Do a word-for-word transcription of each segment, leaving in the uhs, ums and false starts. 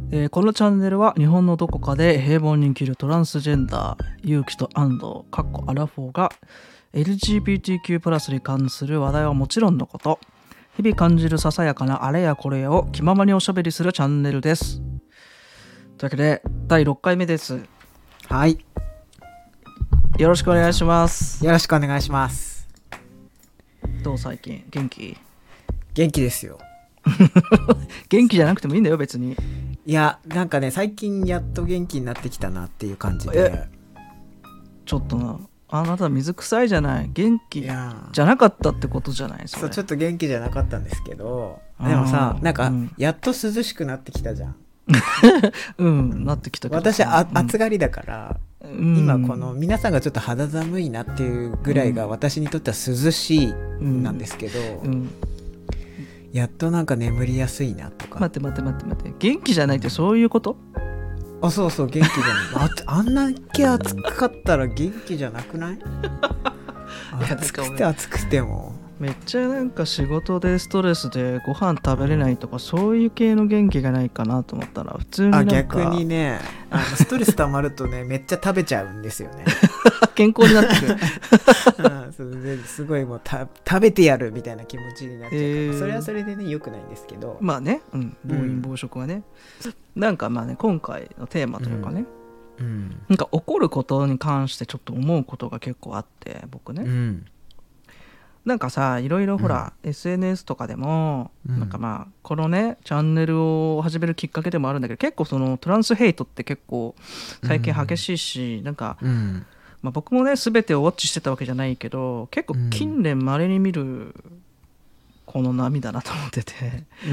えーこのチャンネルは日本のどこかで平凡に生きるトランスジェンダー勇気と安藤かっこアラフォーが エルジービーティーキュー プラスに関する話題はもちろんのこと、日々感じるささやかなあれやこれやを気ままにおしゃべりするチャンネルです。というわけでだいろっかいめです。 はい、 よろしくお願いします。 よろしくお願いします。 どう最近元気？ 元気ですよ。 元気じゃなくてもいいんだよ別に。 いや、なんかね、最近やっと元気になってきたなっていう感じで。 ちょっとな、あなた水臭いじゃない。元気いやじゃなかったってことじゃない。それそう、ちょっと元気じゃなかったんですけど、でもさ、なんか、うん、やっと涼しくなってきたじゃん。 うん、なってきたけど私あ、うん、暑がりだから、うん、今この皆さんがちょっと肌寒いなっていうぐらいが私にとっては涼しいなんですけど、うんうん、やっとなんか眠りやすいなとか。 待って待って待って待って、元気じゃないってそういうこと？ あ、そうそう、元気じゃないあ, あんなけ暑かったら元気じゃなくない？暑くて暑くてもめっちゃなんか仕事でストレスでご飯食べれないとかそういう系の元気がないかなと思ったら普通になんか、 あ、逆にね、あのストレス溜まるとねめっちゃ食べちゃうんですよね健康になってくるうん、それですごいもうた食べてやるみたいな気持ちになっちゃうから、えー、それはそれでね良くないんですけど、 まあね、うん、暴飲暴食はね、うん、なんかまあね今回のテーマというかね、うんうん、なんか怒ることに関してちょっと思うことが結構あって僕ね、うん、なんかさいろいろほら、うん、エスエヌエス とかでも、うん、なんかまあこのねチャンネルを始めるきっかけでもあるんだけど結構そのトランスヘイトって結構最近激しいし、うん、なんか、うんまあ、僕もね全てをウォッチしてたわけじゃないけど結構近年稀に見るこの波だなと思ってて、うんうん、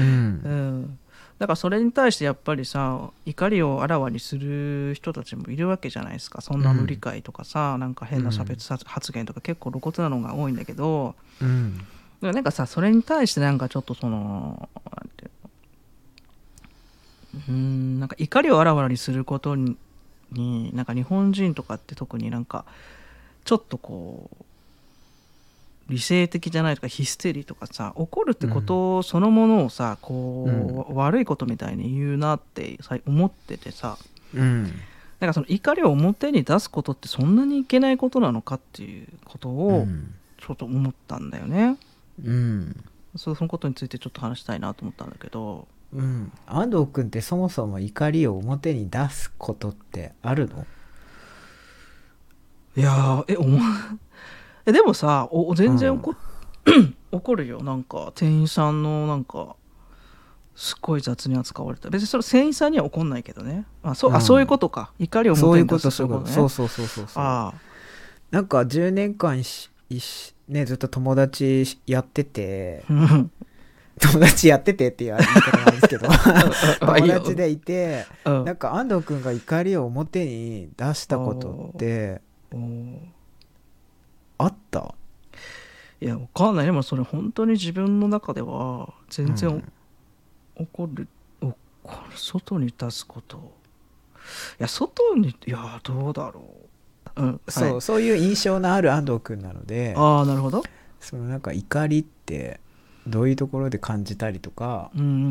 だからそれに対してやっぱりさ怒りをあらわにする人たちもいるわけじゃないですか。そんな無理解とかさ、うん、なんか変な差別発言とか結構露骨なのが多いんだけど、うん、だからなんかさそれに対してなんかちょっとそのなんていうの、うーんなんか怒りをあらわにすることにになんか日本人とかって特になんかちょっとこう理性的じゃないとかヒステリーとかさ怒るってことそのものをさこう、うん、悪いことみたいに言うなって思っててさ、うん、だからその怒りを表に出すことってそんなにいけないことなのかっていうことをちょっと思ったんだよね、うん、そのことについてちょっと話したいなと思ったんだけど、 うん、安藤君ってそもそも怒りを表に出すことってあるの？ いやえ思うえでもさお全然怒、うん、怒るよ。なんか店員さんのなんかすっごい雑に扱われた。別にそれ店員さんには怒んないけどね。あ そ,、うん、あそういうことか。怒りを表に出すそういうことそうそうそうそうそう。あなんかじゅうねんかんしし、ね、ずっと友達やってて友達やっててっていう言い方なんですけど友達でいて、うん、なんか安藤君が怒りを表に出したことってあった？ いやわかんない。でもそれ本当に自分の中では全然、うん、怒る怒る外に出すこといや外にいやどうだろう、うん、 そう、はい、そういう印象のある安藤君なので、 ああなるほど。 そのなんか怒りってどういうところで感じたりとか、うんうんうん、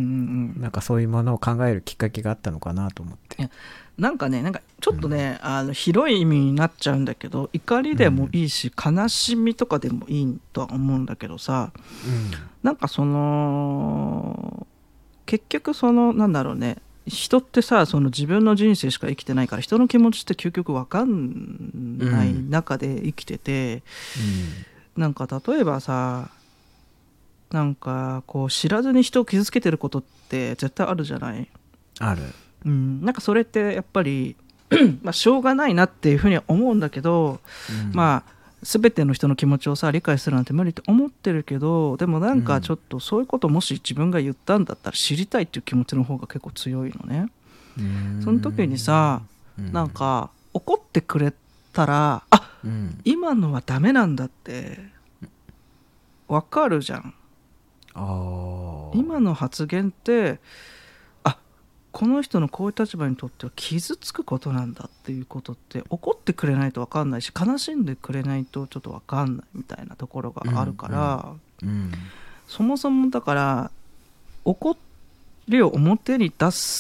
なんかそういうものを考えるきっかけがあったのかなと思って。 いやなんかねなんかちょっとね、うん、あの広い意味になっちゃうんだけど怒りでもいいし、うん、悲しみとかでもいいとは思うんだけどさ、うん、なんかその結局そのなんだろうね人ってさその自分の人生しか生きてないから人の気持ちって究極分かんない中で生きてて、うん、なんか例えばさなんかこう知らずに人を傷つけてることって絶対あるじゃない。 ある、 うん、なんかそれってやっぱりまあしょうがないなっていうふうには思うんだけど、うん、まあ全ての人の気持ちをさ理解するなんて無理って思ってるけどでもなんかちょっとそういうこともし自分が言ったんだったら知りたいっていう気持ちの方が結構強いのね。うんその時にさなんか怒ってくれたらあ、うん、今のはダメなんだって分かるじゃん。あ今の発言ってあこの人のこういう立場にとっては傷つくことなんだっていうことって怒ってくれないと分かんないし悲しんでくれないとちょっと分かんないみたいなところがあるから、うんうんうん、そもそもだから怒りを表に出すっ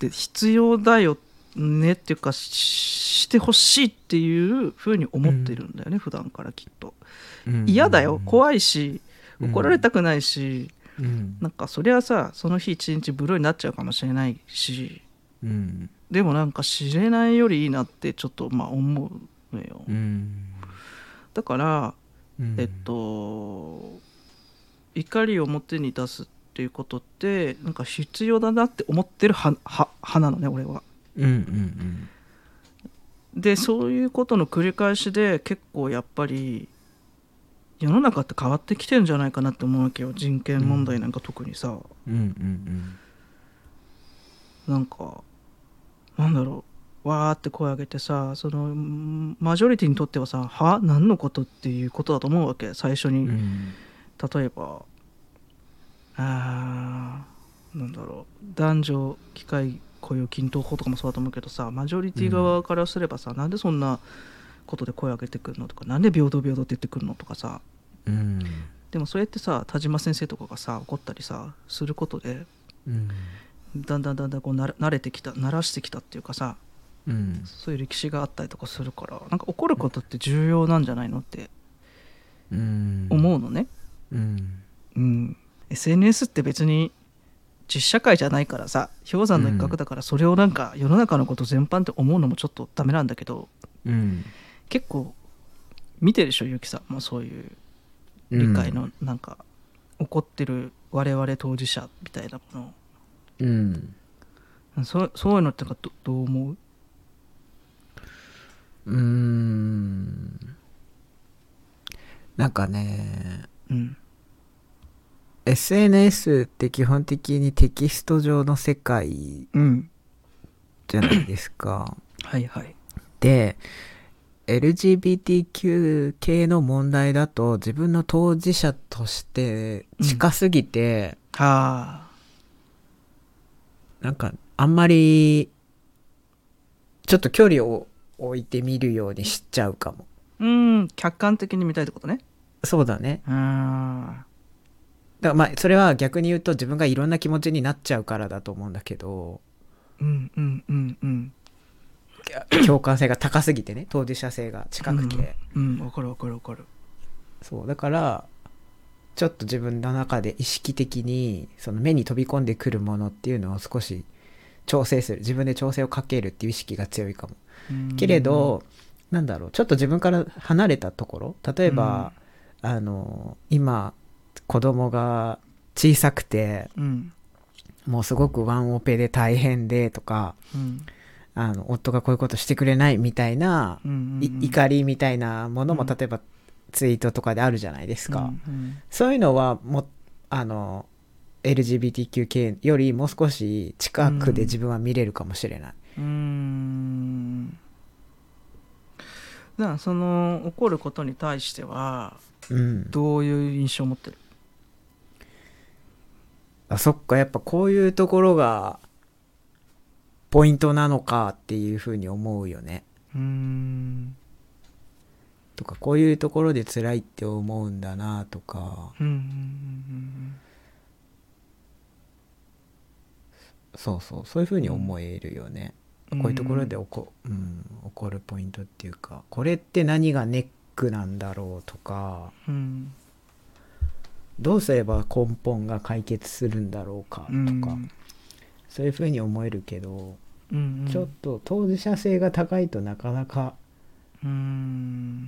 って必要だよねっていうか し, してほしいっていう風に思ってるんだよね、うん、普段からきっと、うん、嫌だよ、怖いし怒られたくないし、うん、なんかそりゃさその日一日ブルーになっちゃうかもしれないし、うん、でもなんか知れないよりいいなってちょっとまあ思うのよ、うん、だから、うん、えっと怒りを表に出すっていうことってなんか必要だなって思ってる派なのね俺は、うんうんうん、でそういうことの繰り返しで結構やっぱり世の中って変わってきてるんじゃないかなって思うわけよ。人権問題なんか特にさ、うんうんうんうん、なんかなんだろうわーって声上げてさそのマジョリティにとってはさは何のことっていうことだと思うわけ最初に、うん、例えばあーなんだろう男女機会雇用均等法とかもそうだと思うけどさマジョリティ側からすればさ、うん、なんでそんなことで声上げてくるのとかなんで平等平等って言ってくるのとかさ、うん、でもそれってさ田島先生とかがさ怒ったりさすることで、うん、だんだんだんだんこうな慣れてきた慣らしてきたっていうかさ、うん、そういう歴史があったりとかするからなんか怒ることって重要なんじゃないのって思うのね、うんうん、エスエヌエス って別に実社会じゃないからさ氷山の一角だからそれをなんか世の中のこと全般って思うのもちょっとダメなんだけど、うん、結構見てるでしょゆきさんもそういう理解のなんか、うん、怒ってる我々当事者みたいなもの、うん、そ, そういうのってか ど, どう思う？ うーんなんかね、うん、エスエヌエス って基本的にテキスト上の世界じゃないですか、 うん、はいはいで エルジービーティーキュー 系の問題だと自分の当事者として近すぎて、うん、はあなんかあんまりちょっと距離を置いてみるようにしちゃうかも。 うん客観的に見たいってことね。 そうだね。あだからまあそれは逆に言うと自分がいろんな気持ちになっちゃうからだと思うんだけど、うんうんうんうん共感性が高すぎてね当事者性が近くて、 うんうん、分かる分かる分かる。 そうだからちょっと自分の中で意識的にその目に飛び込んでくるものっていうのを少し調整する自分で調整をかけるっていう意識が強いかも。けれどなんだろうちょっと自分から離れたところ例えば、うん、あの今子供が小さくて、うん、もうすごくワンオペで大変でとか、うん、あの夫がこういうことしてくれないみたいな、うんうんうん、怒りみたいなものも例えばツイートとかであるじゃないですか、うんうん、そういうのはもあの エルジービーティーキュー 系よりもう少し近くで自分は見れるかもしれない。うーんだからその怒ることに対してはどういう印象を持ってる？ あそっかやっぱこういうところがポイントなのかっていうふうに思うよね。うーんとかこういうところで辛いって思うんだなとか、うんうんうんうん、そうそうそういうふうに思えるよね、うん、こういうところで起こ、うん、起こるポイントっていうかこれって何がネックなんだろうとか、うん、どうすれば根本が解決するんだろうかとか、うん、そういうふうに思えるけど、うんうん、ちょっと当事者性が高いとなかなかうーん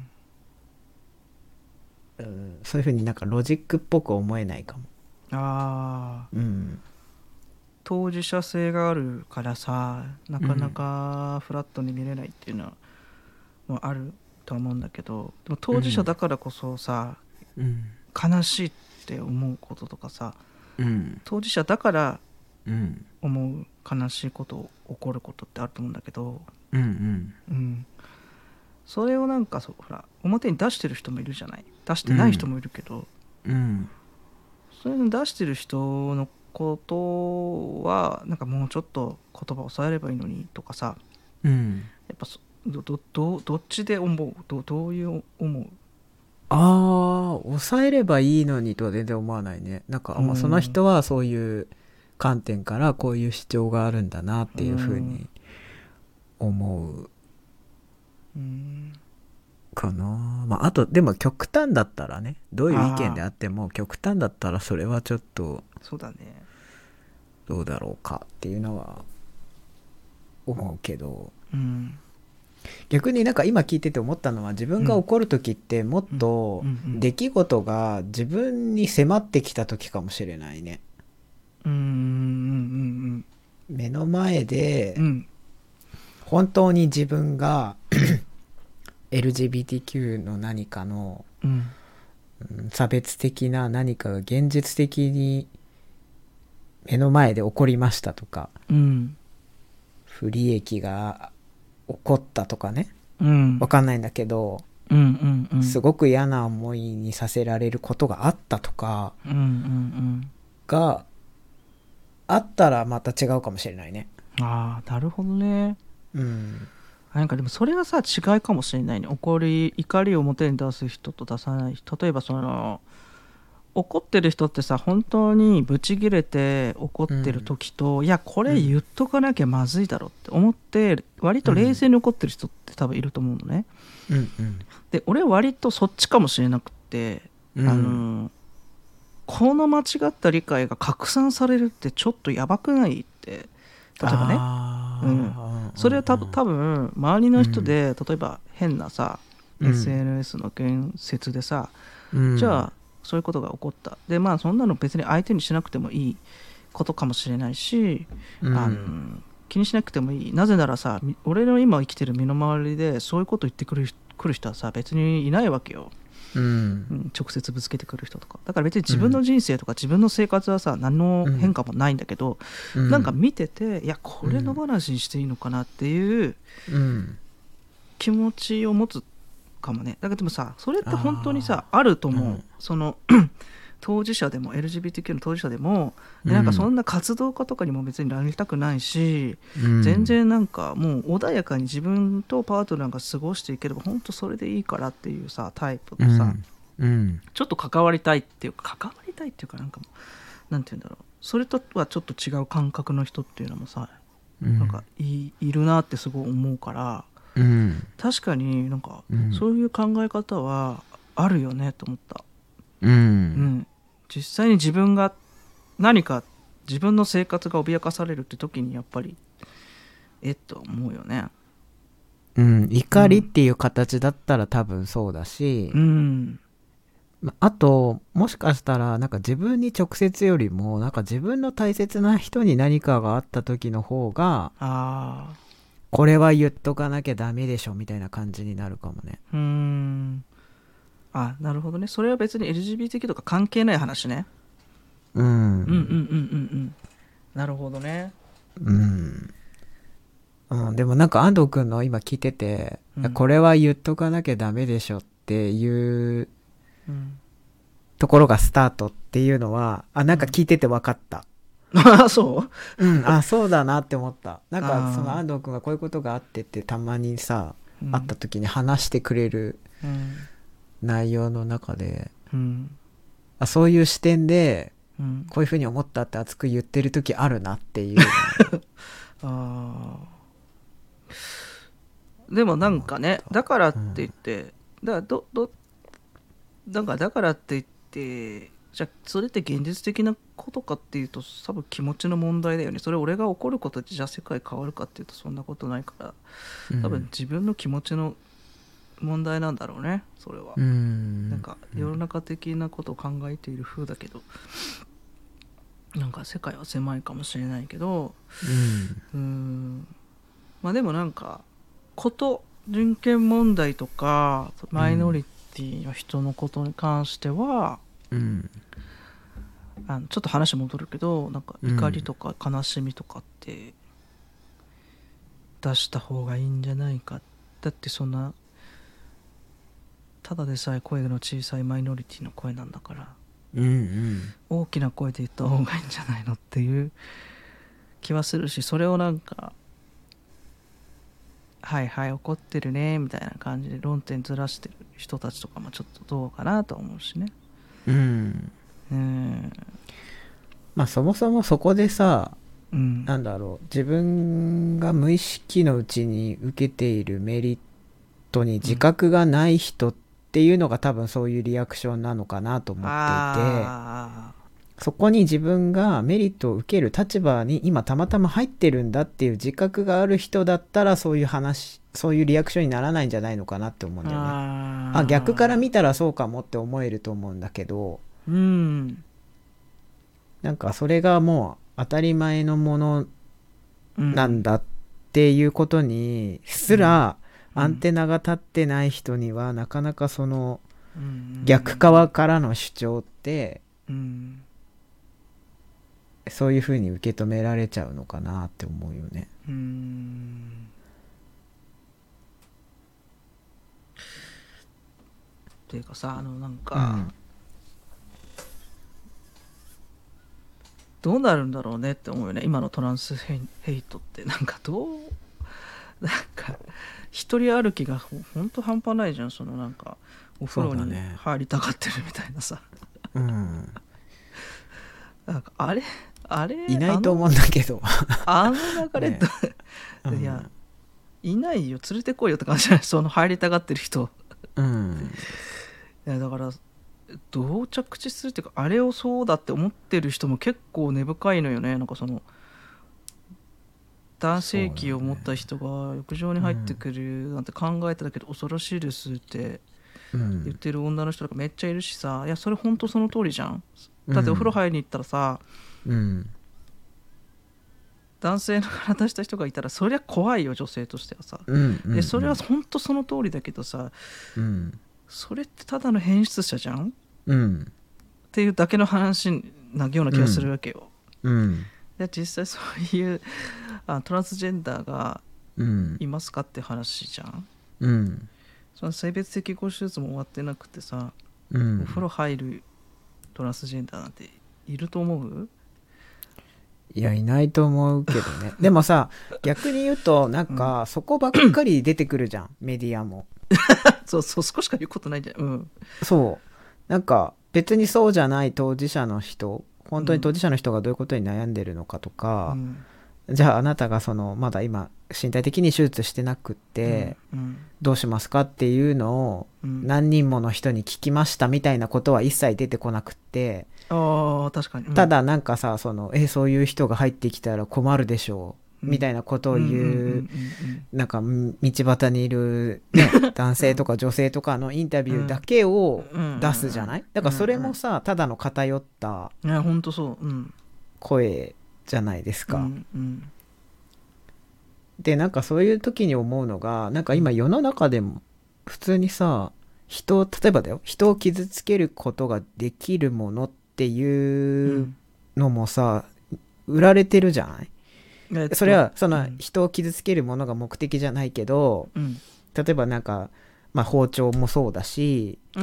うん、そういうふうになんかロジックっぽく思えないかも。ああ、 うん、当事者性があるからさなかなかフラットに見れないっていうのはもあると思うんだけどでも当事者だからこそさ、うん、悲しいって思うこととかさ、うん、当事者だから思う悲しいこと起こることってあると思うんだけど、うんうんうん、それをなんかそうほら表に出してる人もいるじゃない出してない人もいるけど、うんうん、そういうの出してる人のことはなんかもうちょっと言葉を抑えればいいのにとかさ、うん、やっぱど, ど, ど, どっちで思う ど, どういう思うああ抑えればいいのにとは全然思わないね。なんか、まあ、その人はそういう観点からこういう主張があるんだなっていうふうに思うかな。まああとでも極端だったらね、どういう意見であっても極端だったらそれはちょっとそうだね、 どうだろうかっていうのは思うけど、 うん、 逆になんか今聞いてて思ったのは、自分が怒る時ってもっと出来事が自分に迫ってきた時かもしれないね。 うんうんうんうん目の前でうん本当に自分がエルジービーティーキュー の何かのうん差別的な何かが現実的に目の前で起こりましたとか、 うん、 不利益が起こったとかね、 うん、 わかんないんだけど、 うんうんうん、 すごく嫌な思いにさせられることがあったとかうんうんうん、 があったらまた違うかもしれないね。 ああ、なるほどね。 うん。 なんかでもそれがさ違いかもしれないね。怒り怒りを表に出す人と出さない人。例えばその怒ってる人ってさ、本当にブチギレて怒ってる時と、うん、いやこれ言っとかなきゃまずいだろって思って割と冷静に怒ってる人って多分いると思うのね、 うんうん、 で俺は割とそっちかもしれなくて、うん、あのこの間違った理解が拡散されるってちょっとやばくないって例えばね、うん、それは多分多分周りの人で、うん、例えば変なさ、うん、エスエヌエス の言説でさ、うん、じゃあそういうことが起こったで、まあそんなの別に相手にしなくてもいいことかもしれないし、うん、あの気にしなくてもいい。なぜならさ、俺の今生きてる身の回りでそういうこと言ってくる、くる人はさ別にいないわけよ、うん、直接ぶつけてくる人とか。だから別に自分の人生とか自分の生活はさ何の変化もないんだけど、うん、なんか見てていやこれの話にしていいのかなっていう気持ちを持つかもね。だけどでもさそれって本当にさ あ, あると思う、うん、その当事者でも エルジービーティーキュー の当事者でも、うん、なんかそんな活動家とかにも別になりたくないし、うん、全然なんかもう穏やかに自分とパートナーが過ごしていければ本当それでいいからっていうさタイプとさ、うんうん、ちょっと関わりたいっていうか関わりたいっていうかなんかもなんていうんだろう、それとはちょっと違う感覚の人っていうのもさ、うん、なんか い, いるなってすごい思うから、うん、確かになんかそういう考え方はあるよねと思った、うんうん、実際に自分が何か自分の生活が脅かされるって時にやっぱりえっと思うよね、 うん、怒りっていう形だったら多分そうだし、うん、あともしかしたらなんか自分に直接よりもなんか自分の大切な人に何かがあった時の方があこれは言っとかなきゃダメでしょみたいな感じになるかもね。 うーん、あ、なるほどね。それは別に エルジービーティーキュー とか関係ない話ね。うん、うんうんうんうんうんなるほどね。 うん、うん、でもなんか安藤君の今聞いてて、うん、これは言っとかなきゃダメでしょっていうところがスタートっていうのはあなんか聞いてて分かった、 あ、そう、 うん、あそうだなって思った。なんかその安藤君がこういうことがあってってたまにさ、うん、会った時に話してくれる内容の中で、うん、あそういう視点で、うん、こういうふうに思ったって熱く言ってる時あるなっていうあでもなんかねだからって言って、うん、だからどどなんかだからって言ってじゃあそれって現実的なことかっていうと多分気持ちの問題だよね。それ俺が怒ることでじゃあ世界変わるかっていうとそんなことないから多分自分の気持ちの問題なんだろうねそれは。うんなんか世の中的なことを考えている風だけどなんか世界は狭いかもしれないけどうんうんまあでもなんかこと人権問題とかマイノリティの人のことに関しては、うん、あのちょっと話戻るけどなんか怒りとか悲しみとかって出した方がいいんじゃないか。だってそんなただでさえ声の小さいマイノリティの声なんだから、うんうん、大きな声で言った方がいいんじゃないのっていう気はするし、それをなんかはいはい怒ってるねみたいな感じで論点ずらしてる人たちとかもちょっとどうかなと思うしね。うん、うんまあそもそもそこでさ、 うん、 なんだろう、自分が無意識のうちに受けているメリットに自覚がない人っていうのが多分そういうリアクションなのかなと思っていて、そこに自分がメリットを受ける立場に今たまたま入ってるんだっていう自覚がある人だったら、そういう話、そういうリアクションにならないんじゃないのかなって思うんだよね。ああ、逆から見たらそうかもって思えると思うんだけど、 うん、 なんかそれがもう当たり前のものなんだっていうことにすらアンテナが立ってない人にはなかなかその逆側からの主張ってそういうふうに受け止められちゃうのかなって思うよね。 うーんっていうかさ、あのなんか、うん、どうなるんだろうねって思うよね、今のトランスヘイトって。なんかどう、なんか一人歩きがほんと半端ないじゃん。そのなんかお風呂に入りたがってるみたいなさ、 う、ね、うん、 なんかあれあれいないと思うんだけどあの流れって、ね、うん、いやいないよ、連れてこいよって感じじゃない、その入りたがってる人うん、 いやだからどう着地するっていうか、あれをそうだって思ってる人も結構根深いのよね。なんかその男性器を持った人が浴場に入ってくるなんて考えただけで恐ろしいですって言ってる女の人とかめっちゃいるしさ、いやそれ本当その通りじゃん。だってお風呂入りに行ったらさ、うん、男性の体した人がいたらそりゃ怖いよ、女性としてはさ、うんうんうん、でそれは本当その通りだけどさ、うん、それってただの変質者じゃん、うん、っていうだけの話なような気がするわけよ、うんうん、で実際そういうあトランスジェンダーがいますかって話じゃん、うん、その性別適合手術も終わってなくてさ、うん、お風呂入るトランスジェンダーなんていると思う？ いやいないと思うけどねでもさ逆に言うとなんか、うん、そこばっかり出てくるじゃんメディアもそうそう、少しか言うことないじゃん、うん、 そうなんか別にそうじゃない当事者の人、本当に当事者の人がどういうことに悩んでるのかとか、うん、じゃああなたがそのまだ今身体的に手術してなくって、うんうん、どうしますかっていうのを何人もの人に聞きましたみたいなことは一切出てこなくって、 あ確かに、うん、 ただなんかさそのえそういう人が入ってきたら困るでしょう、うん、みたいなことを言うなんか道端にいる、ね、男性とか女性とかのインタビューだけを出すじゃない。だからそれもさただの偏った声じゃないですか、うんうん、でなんかそういう時に思うのがなんか今世の中でも普通にさ人を例えばだよ人を傷つけることができるものっていうのもさ、うん、売られてるじゃない、えっと、それはその人を傷つけるものが目的じゃないけど、うん、例えばなんか、まあ、包丁もそうだし、うん、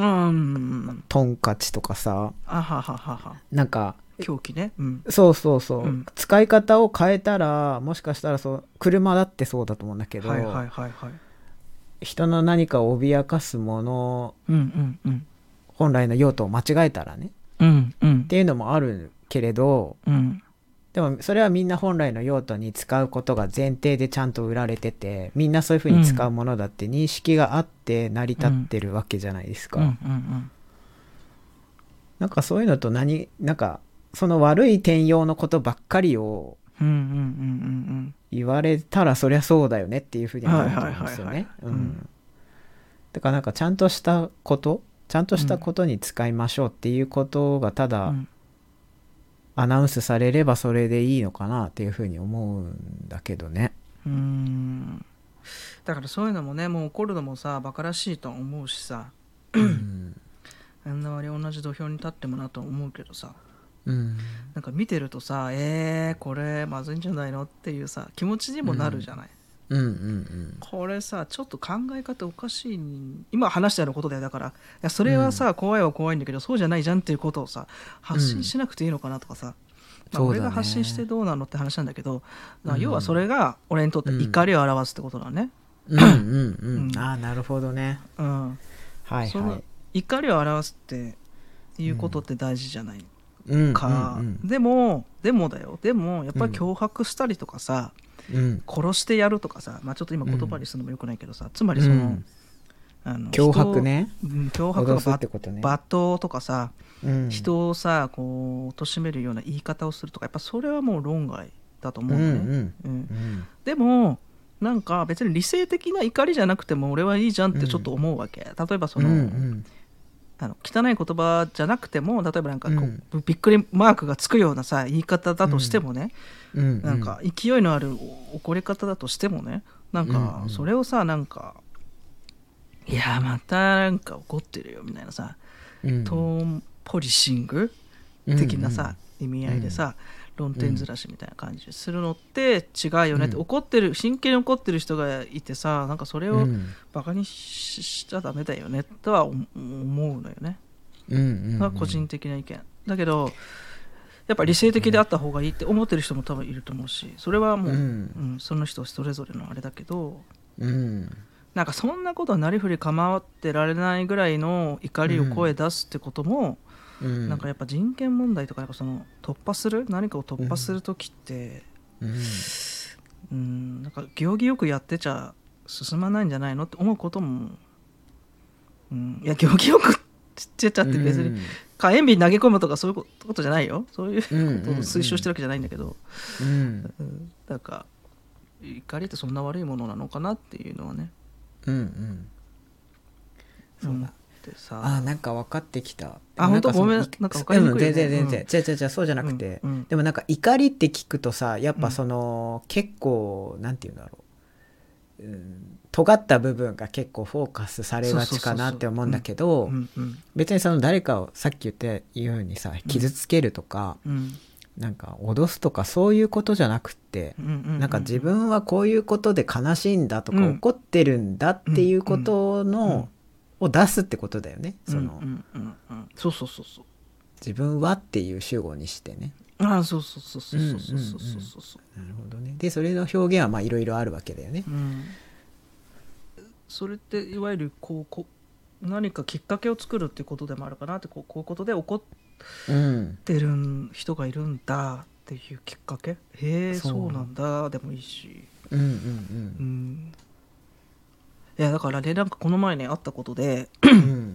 トンカチとかさあははははなんか凶器ね、うん、 そうそうそう、うん、使い方を変えたらもしかしたらそう車だってそうだと思うんだけど、はいはいはいはい、人の何かを脅かすもの、うんうんうん、本来の用途を間違えたらね、うんうん、っていうのもあるけれど、うん、でもそれはみんな本来の用途に使うことが前提でちゃんと売られててみんなそういう風に使うものだって認識があって成り立ってるわけじゃないですか、うんうんうんうん、なんかそういうのと何なんかその悪い転用のことばっかりを言われたらそりゃそうだよねっていうふうに思うと思うんですよね。だからなんかちゃんとしたことちゃんとしたことに使いましょうっていうことがただ、うん、アナウンスされればそれでいいのかなっていうふうに思うんだけどね。 うーんだからそういうのもねもう怒るのもさバカらしいと思うしさ、うん、あんな割同じ土俵に立ってもなと思うけどさ、うん、なんか見てるとさえー、これまずいんじゃないのっていうさ気持ちにもなるじゃない、うんうんうんうん、これさちょっと考え方おかしい今話したようなことだよ。だからいやそれはさ、うん、怖いは怖いんだけどそうじゃないじゃんっていうことをさ発信しなくていいのかなとかさ、うんまあ、俺が発信してどうなのって話なんだけど、まあ、要はそれが俺にとって怒りを表すってことだね、 うん、うんうんうんああなるほどね、うんはいはい、その怒りを表すっていうことって大事じゃない、 か、うんうんうん、でもでもだよでもやっぱり脅迫したりとかさ、うん、殺してやるとかさ、まあ、ちょっと今言葉にするのもよくないけどさ、うん、つまりその、うん、あの脅迫ね、 脅迫とか、 ね、 罵倒とかさ、うん、人をさこう貶めるような言い方をするとかやっぱそれはもう論外だと思うのね、うんうんうん、でもなんか別に理性的な怒りじゃなくても俺はいいじゃんってちょっと思うわけ、うん、例えばその、うんうん、あの汚い言葉じゃなくても例えばなんかこう、うん、びっくりマークがつくようなさ言い方だとしてもね、うん、なんか勢いのある怒り方だとしてもねなんかそれをさなんかいやまたなんか怒ってるよみたいなさ、うん、トーンポリシング的なさ、うんうん、意味合いでさ、うん、論点ずらしみたいな感じするのって違うよねって、うん、怒ってる真剣に怒ってる人がいてさなんかそれをバカに し, しちゃダメだよねとは思うのよね、うんうんうん、それは個人的な意見だけどやっぱ理性的であった方がいいって思ってる人も多分いると思うしそれはもう、うんうん、その人それぞれのあれだけど、うん、なんかそんなことはなりふり構ってられないぐらいの怒りを声出すってことも、うん、なんかやっぱ人権問題とか、 なんかその突破する何かを突破するときって、うんうん、なんか行儀よくやってちゃ進まないんじゃないのって思うことも、うん、いや行儀よくってちゃって別に火炎瓶投げ込むとかそういうことじゃないよそういうことを推奨してるわけじゃないんだけど、うんうんうん、なんか怒りってそんな悪いものなのかなっていうのはねうんうんそうだってさあなんか分かってきたあ本当ごめんなんか分かりにくいよね全然全然、うん、じゃじゃじゃそうじゃなくて、うんうん、でもなんか怒りって聞くとさやっぱその、うん、結構なんていうんだろう、うん、尖った部分が結構フォーカスされがちかなって思うんだけど別にその誰かをさっき言ったようにさ傷つけるとか、うんうんなんか脅すとかそういうことじゃなくって、うんうんうんうん、なんか自分はこういうことで悲しいんだとか、うん、怒ってるんだっていうことの、うんうん、を出すってことだよね。その、うんうんうんうん、 そうそうそうそう。 自分はっていう主語にしてね。 ああそうそうそうそうそうそうそうそう。なるほどね。でそれの表現はまあいろいろあるわけだよね。うん、 それっていわゆるこうこう何かきっかけを作るっていうことでもあるかなってこうこういうことで怒ってってる人がいるんだっていうきっかけ、へえ そ, そうなんだでもいいし、うんうんうんうん、いやだからねなんかこの前ねあったことで、うん、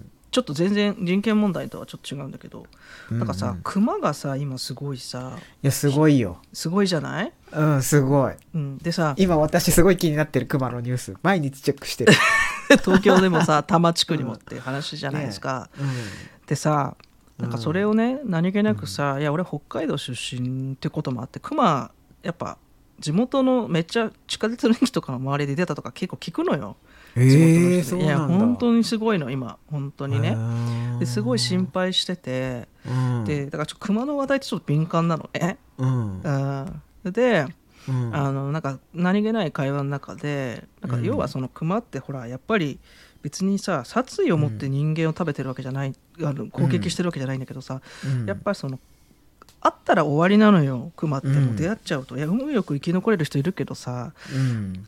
ちょっと全然人権問題とはちょっと違うんだけど、うんうん、なんかさクマがさ今すごいさいやすごいよすごいじゃないうんすごい、うん、でさ今私すごい気になってるクマのニュース毎日チェックしてる東京でもさ多摩地区にもって話じゃないですか、ねうん、でさなんかそれをね、うん、何気なくさ、うん、いや俺北海道出身ってこともあってクマやっぱ地元のめっちゃ地下鉄の駅とかの周りで出たとか結構聞くのよ、えー、地元の人でいや本当にすごいの今本当にねですごい心配してて、うん、でだからちょっとクマの話題ってちょっと敏感なのね、うんうん、で、うん、あのなんか何気ない会話の中でなんか要はそのクマってほらやっぱり別にさ殺意を持って人間を食べてるわけじゃない、うん、あの攻撃してるわけじゃないんだけどさ、うん、やっぱりそのあったら終わりなのよクマってもう出会っちゃうと、うん、いや運よく生き残れる人いるけどさ、うん、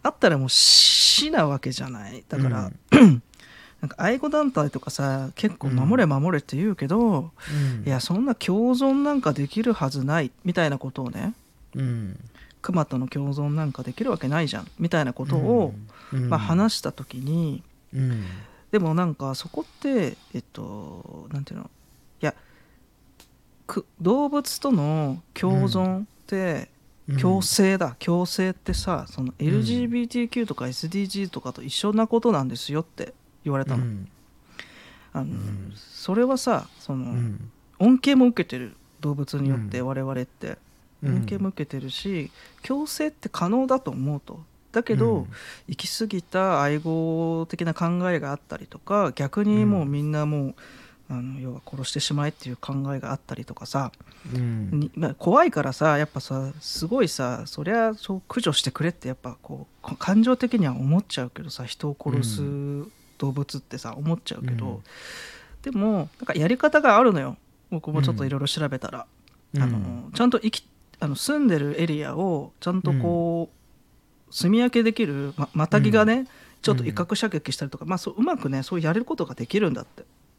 あったらもう死なわけじゃないだから、うん、なんか愛護団体とかさ結構守れ守れって言うけど、うん、いやそんな共存なんかできるはずないみたいなことをね、うん、クマとの共存なんかできるわけないじゃんみたいなことを、うんまあ、話した時にうん、でもなんかそこってえっとなんていうのいや動物との共存って共生だ、うん、共生ってさその エルジービーティーキュー とか エスディージー とかと一緒なことなんですよって言われたの、うん、あの、うん、それはさその、うん、恩恵も受けてる動物によって我々って、うん、恩恵も受けてるし共生って可能だと思うとだけど、うん、行き過ぎた愛護的な考えがあったりとか逆にもうみんなもう、うん、あの要は殺してしまえっていう考えがあったりとかさ、うんにまあ、怖いからさやっぱさすごいさそりゃそう駆除してくれってやっぱこう感情的には思っちゃうけどさ人を殺す動物ってさ思っちゃうけど、うん、でもなんかやり方があるのよ僕もちょっといろいろ調べたら、うん、あのちゃんと生きあの住んでるエリアをちゃんとこう、うん住み分けできる ま, またぎがね、うん、ちょっと威嚇射撃したりとか、うんまあ、そううまくねそうやれることができるんだって、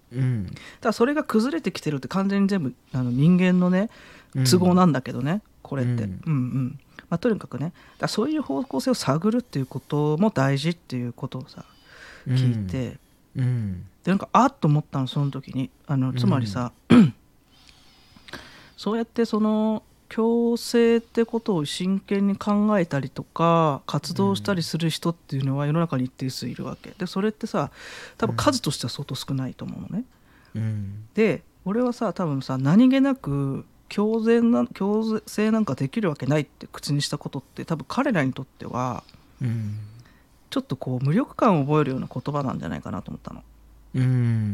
うん、 だからそれが崩れてきてるって完全に全部あの人間のね都合なんだけどね、うん、これって、うん、うんうんまあ、とにかくねだそういう方向性を探るっていうことも大事っていうことをさ聞いて、 うんうん、 でなんかあっと思ったのその時にあのつまりさ、うん、そうやってその共生ってことを真剣に考えたりとか活動したりする人っていうのは世の中に一定数いるわけで、それってさ多分数としては相当少ないと思うのね、 うん、 で俺はさ多分さ何気なく共生な共生なんかできるわけないって口にしたことって多分彼らにとっては、 うん、 ちょっとこう無力感を覚えるような言葉なんじゃないかなと思ったの、 うん、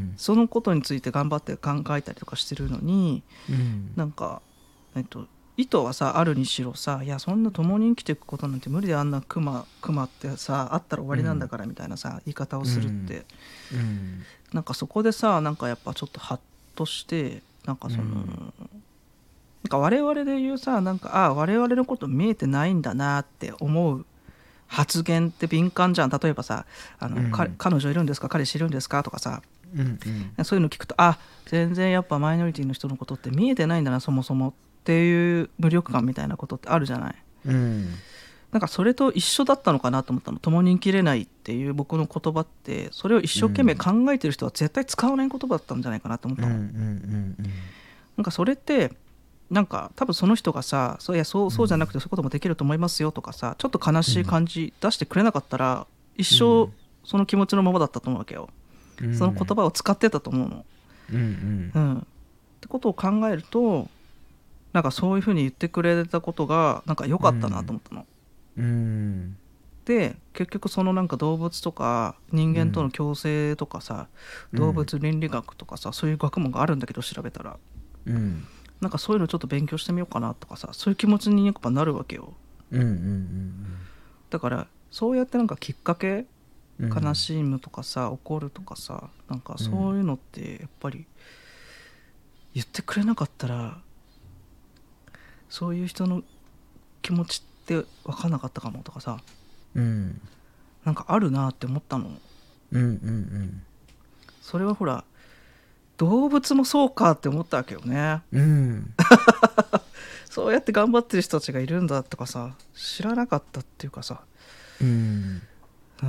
そのことについて頑張って考えたりとかしてるのに、 うん、 なんかえっと意図はさあるにしろさいやそんな共に生きていくことなんて無理であんなクマクマってさあったら終わりなんだからみたいなさ、うん、言い方をするって、 うん、 なんかそこでさなんかやっぱちょっとハッとしてなんかその、うん、なんか我々で言うさなんかああ我々のこと見えてないんだなって思う発言って敏感じゃん。例えばさあの、うん、彼女いるんですか彼氏いるんですかとかさ、うんうん、そういうの聞くとあ全然やっぱマイノリティの人のことって見えてないんだなそもそもっていう無力感みたいなことってあるじゃない、うん、なんかそれと一緒だったのかなと思ったの。共に生きれないっていう僕の言葉ってそれを一生懸命考えてる人は絶対使わない言葉だったんじゃないかなと思ったの、うんうんうんうん、なんかそれってなんか多分その人がさそういやそうそうじゃなくてそういうこともできると思いますよとかさちょっと悲しい感じ出してくれなかったら一生その気持ちのままだったと思うわけよ、うん、その言葉を使ってたと思うの、うんうんうん、ってことを考えるとなんかそういうふうに言ってくれたことがなんか良かったなと思ったの、うん、で結局そのなんか動物とか人間との共生とかさ、うん、動物倫理学とかさそういう学問があるんだけど調べたら、うんなんかそういうのちょっと勉強してみようかなとかさそういう気持ちにやっぱなるわけよ、うんうんうんうん、だからそうやってなんかきっかけ、うん、悲しむとかさ怒るとかさなんかそういうのってやっぱり言ってくれなかったらそういう人の気持ちって分かんなかったかもとかさ、うん、なんかあるなって思ったの、うんうんうん、それはほら動物もそうかって思ったわけよね、うん、そうやって頑張ってる人たちがいるんだとかさ知らなかったっていうかさ、うんうん、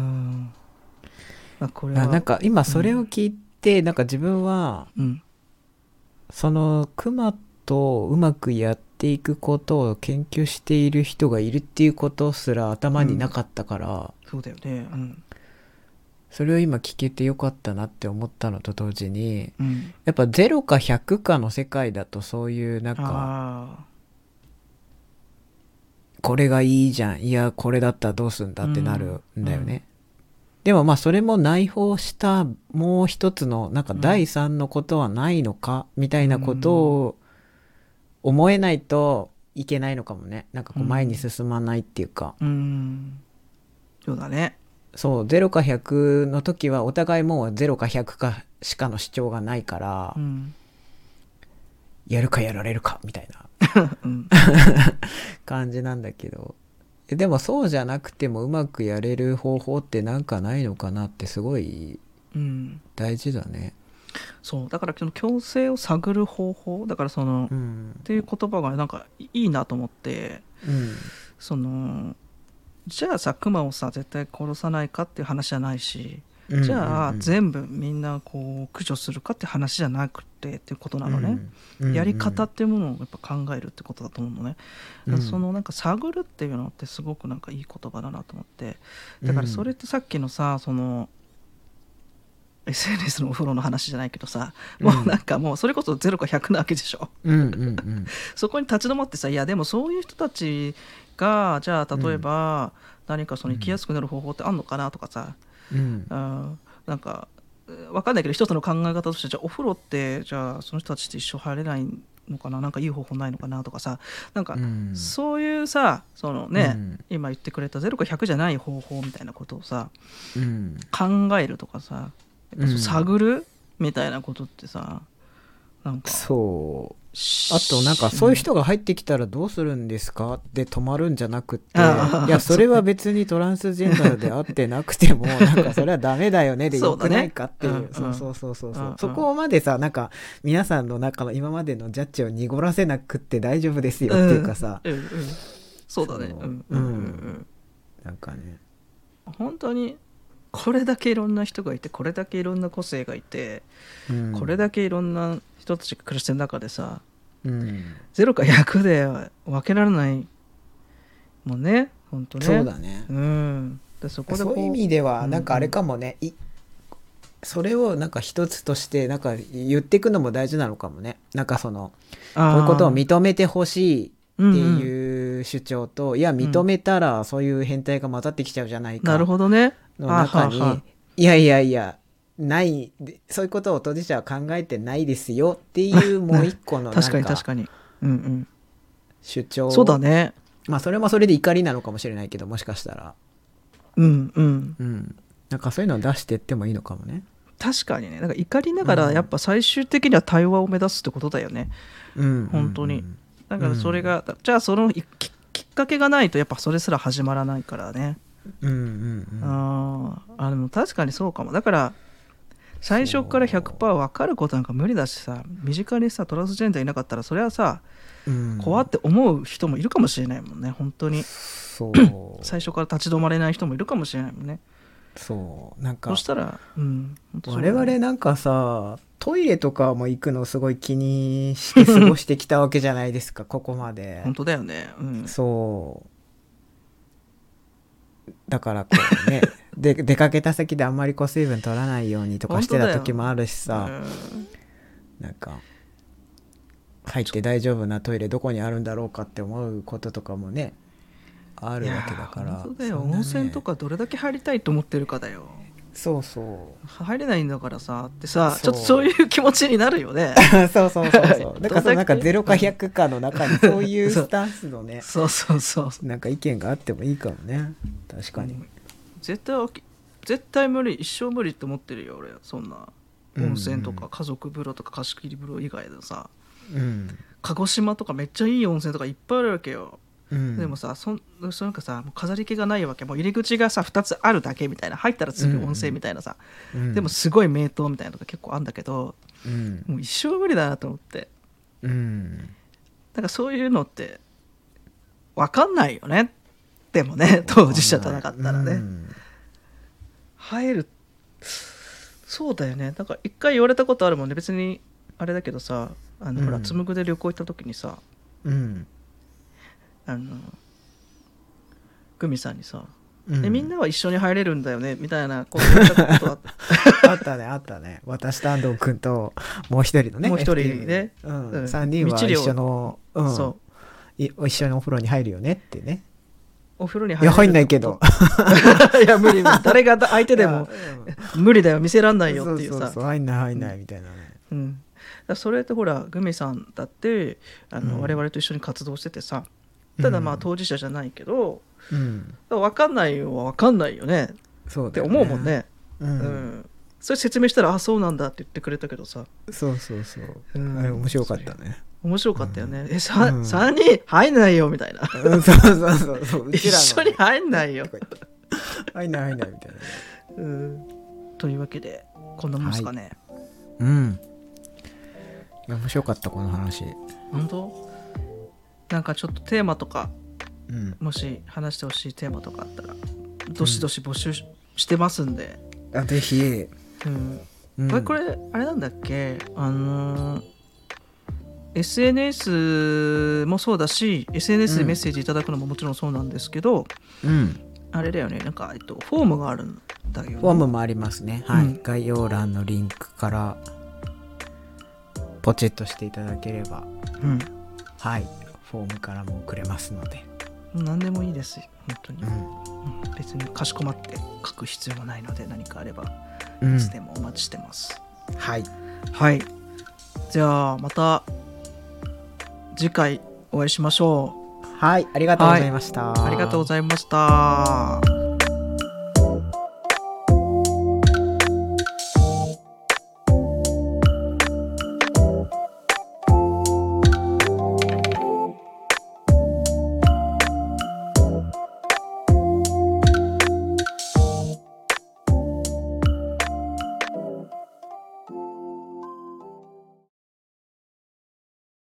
これはなんか今それを聞いて、うん、なんか自分は、うん、そのクマとうまくやっていくことを研究している人がいるっていうことすら頭になかったから、うん、 そうだよね、うん、 それを今聞けてよかったなって思ったのと同時に、うん、やっぱゼロかひゃくかの世界だとそういうなんかこれがいいじゃんいやこれだったらどうすんだってなるんだよね、うんうん、でもまあそれも内包したもう一つのなんか第三のことはないのかみたいなことを思えないといけないのかもね。なんかこう前に進まないっていうか、 うん、うんそうだね。 そうゼロかひゃくの時はお互いもうゼロかひゃくかしかの主張がないから、うん、やるかやられるかみたいな、うん、感じなんだけどでもそうじゃなくてもうまくやれる方法ってなんかないのかなってすごい大事だね、 うん、そうだからその共生を探る方法だからその、うん、っていう言葉がなんかいいなと思って、うん、そのじゃあさクマをさ絶対殺さないかっていう話じゃないし、うんうんうん、じゃあ全部みんなこう駆除するかって話じゃなくてっていうことなのね、うんうんうん、やり方っていうものをやっぱ考えるってことだと思うのね、うん、そのなんか探るっていうのってすごくなんかいい言葉だなと思ってだからそれってさっきのさその エスエヌエス のお風呂の話じゃないけどさ、うん、もうなんかもうそれこそゼロかひゃくなわけでしょ、うんうんうん、そこに立ち止まってさいやでもそういう人たちがじゃあ例えば何かその生きやすくなる方法ってあんのかなとかさ、うん、あなんか分かんないけど一つの考え方としてじゃあお風呂ってじゃあその人たちって一生入れないのかななんかいい方法ないのかなとかさなんかそういうさそのね、うん、今言ってくれたゼロかひゃくじゃない方法みたいなことをさ、うん、考えるとかさやっぱそう探る、うん、みたいなことってさなんかそうあとなんかそういう人が入ってきたらどうするんですかって止まるんじゃなくって、いやそれは別にトランスジェンダーであってなくてもなんかそれはダメだよねでよくないかっていう、そうそうそうそうそう、そこまでさなんか皆さんの中の今までのジャッジを濁らせなくって大丈夫ですよっていうかさ、 うんうんうん、そうだね、うんうんうん、 なんかね本当にこれだけいろんな人がいてこれだけいろんな個性がいて、うん、これだけいろんな人たちが暮らしてる中でさ、うん、ゼロかひゃくで分けられないもんね本当ね。 そうだね、 うん、でそこでこうそういう意味ではなんかあれかもね、うんうん、それをなんか一つとしてなんか言っていくのも大事なのかもね。なんかそのこういうことを認めてほしいっていう主張と、うんうん、いや認めたらそういう変態が混ざってきちゃうじゃないか、 なるほどねの中に、はは、いやいやいやないそういうことを当事者は考えてないですよっていうもう一個のなんか確かに確かに、うんうん、 主張。 そうだね。 まあそれもそれで怒りなのかもしれないけどもしかしたらうんうんうんなんかそういうのを出していってもいいのかもね。 確かにね。なんか怒りながらやっぱ最終的には対話を目指すってことだよね、うん、本当に、うん、だからそれが、うん、じゃあそのきっかけがないとやっぱそれすら始まらないからね。うんうんうん、ああでも確かにそうかも。だから最初から ひゃくパーセント 分かることなんか無理だしさ、身近にさトランスジェンダーいなかったらそれはさ、うん、怖って思う人もいるかもしれないもんね本当に。そう最初から立ち止まれない人もいるかもしれないもんね。 そうなんかそしたら、うん、 我々なんかさトイレとかも行くのすごい気にして過ごしてきたわけじゃないですかここまで。 本当だよね、うん、 そうだからこうねで出かけた先であんまりこう水分取らないようにとかしてた時もあるしさ、うん、なんか入って大丈夫なトイレどこにあるんだろうかって思うこととかもねあるわけだから。 本当だよ、ね、温泉とかどれだけ入りたいと思ってるかだよ。 そうそう入れないんだからさってさちょっとそういう気持ちになるよねそうそうそうそうだからそのなんかゼロかひゃくかの中にそういうスタンスのねそうそうそうなんか意見があってもいいかもね。確かに、うん、 絶対絶対無理一生無理って思ってるよ俺。そんな温泉とか家族風呂とか貸し切り風呂以外でさ、うん、鹿児島とかめっちゃいい温泉とかいっぱいあるわけよ。うん、でもさ そ, そなんかさもう飾り気がないわけ。もう入り口がさふたつあるだけみたいな、入ったらすぐ温泉みたいなさ、うん、でもすごい名湯みたいなのが結構あるんだけど、うん、もう一生無理だなと思って、うん、だからそういうのって分かんないよね。でもね当事者じゃなかったらね、うん、入るそうだよね。なんか一回言われたことあるもんね。別にあれだけどさあの、うん、ほらつむぐで旅行行った時にさ、うんあのグミさんにさ、うん、えみんなは一緒に入れるんだよねみたいなこと言ったことあったあったねあったね。私と安藤君ともう一人のねもう一人ね、 うんうん、さんにんは一緒の、うん、そうい一緒にお風呂に入るよねってね。 お風呂に入るいや入んないけどいや無理無理誰が相手でも無理だよ見せらんないよっていうさ。 そうそうそう入んない入んないみたいなね、 うんうん、だそれってほらグミさんだってあの、うん、我々と一緒に活動しててさ、ただまあ当事者じゃないけど、うん、分かんないよは分かんないよねって思うもんね、うんうん、それ説明したらあそうなんだって言ってくれたけどさ。 そうそうそう、うん、あれ面白かったね。 面白かったよね、うん、え 3, さんにん入んないよみたいな、 うん、そうそうそうそう一緒に入んないよ入んない入んないみたいな、 うん、というわけでこんなもんですかね、 はい、うん面白かったこの話。 本当なんかちょっとテーマとか、うん、もし話してほしいテーマとかあったらどしどし募集 し,、うん、してますんで。 あぜひ、 うんうん、これこれあれなんだっけあのー、エスエヌエス もそうだし エスエヌエス でメッセージいただくのももちろんそうなんですけど、うん、あれだよねなんか、えっと、フォームがあるんだよね。 フォームもありますね、はい、うん、概要欄のリンクからポチッとしていただければ、うん、はいフォームからも送れますので何でもいいです本当に、うんうん、別にかしこまって書く必要もないので何かあればいつでもお待ちしてます、 うん、はいはいじゃあまた次回お会いしましょう。はいありがとうございました、 はい、ありがとうございました。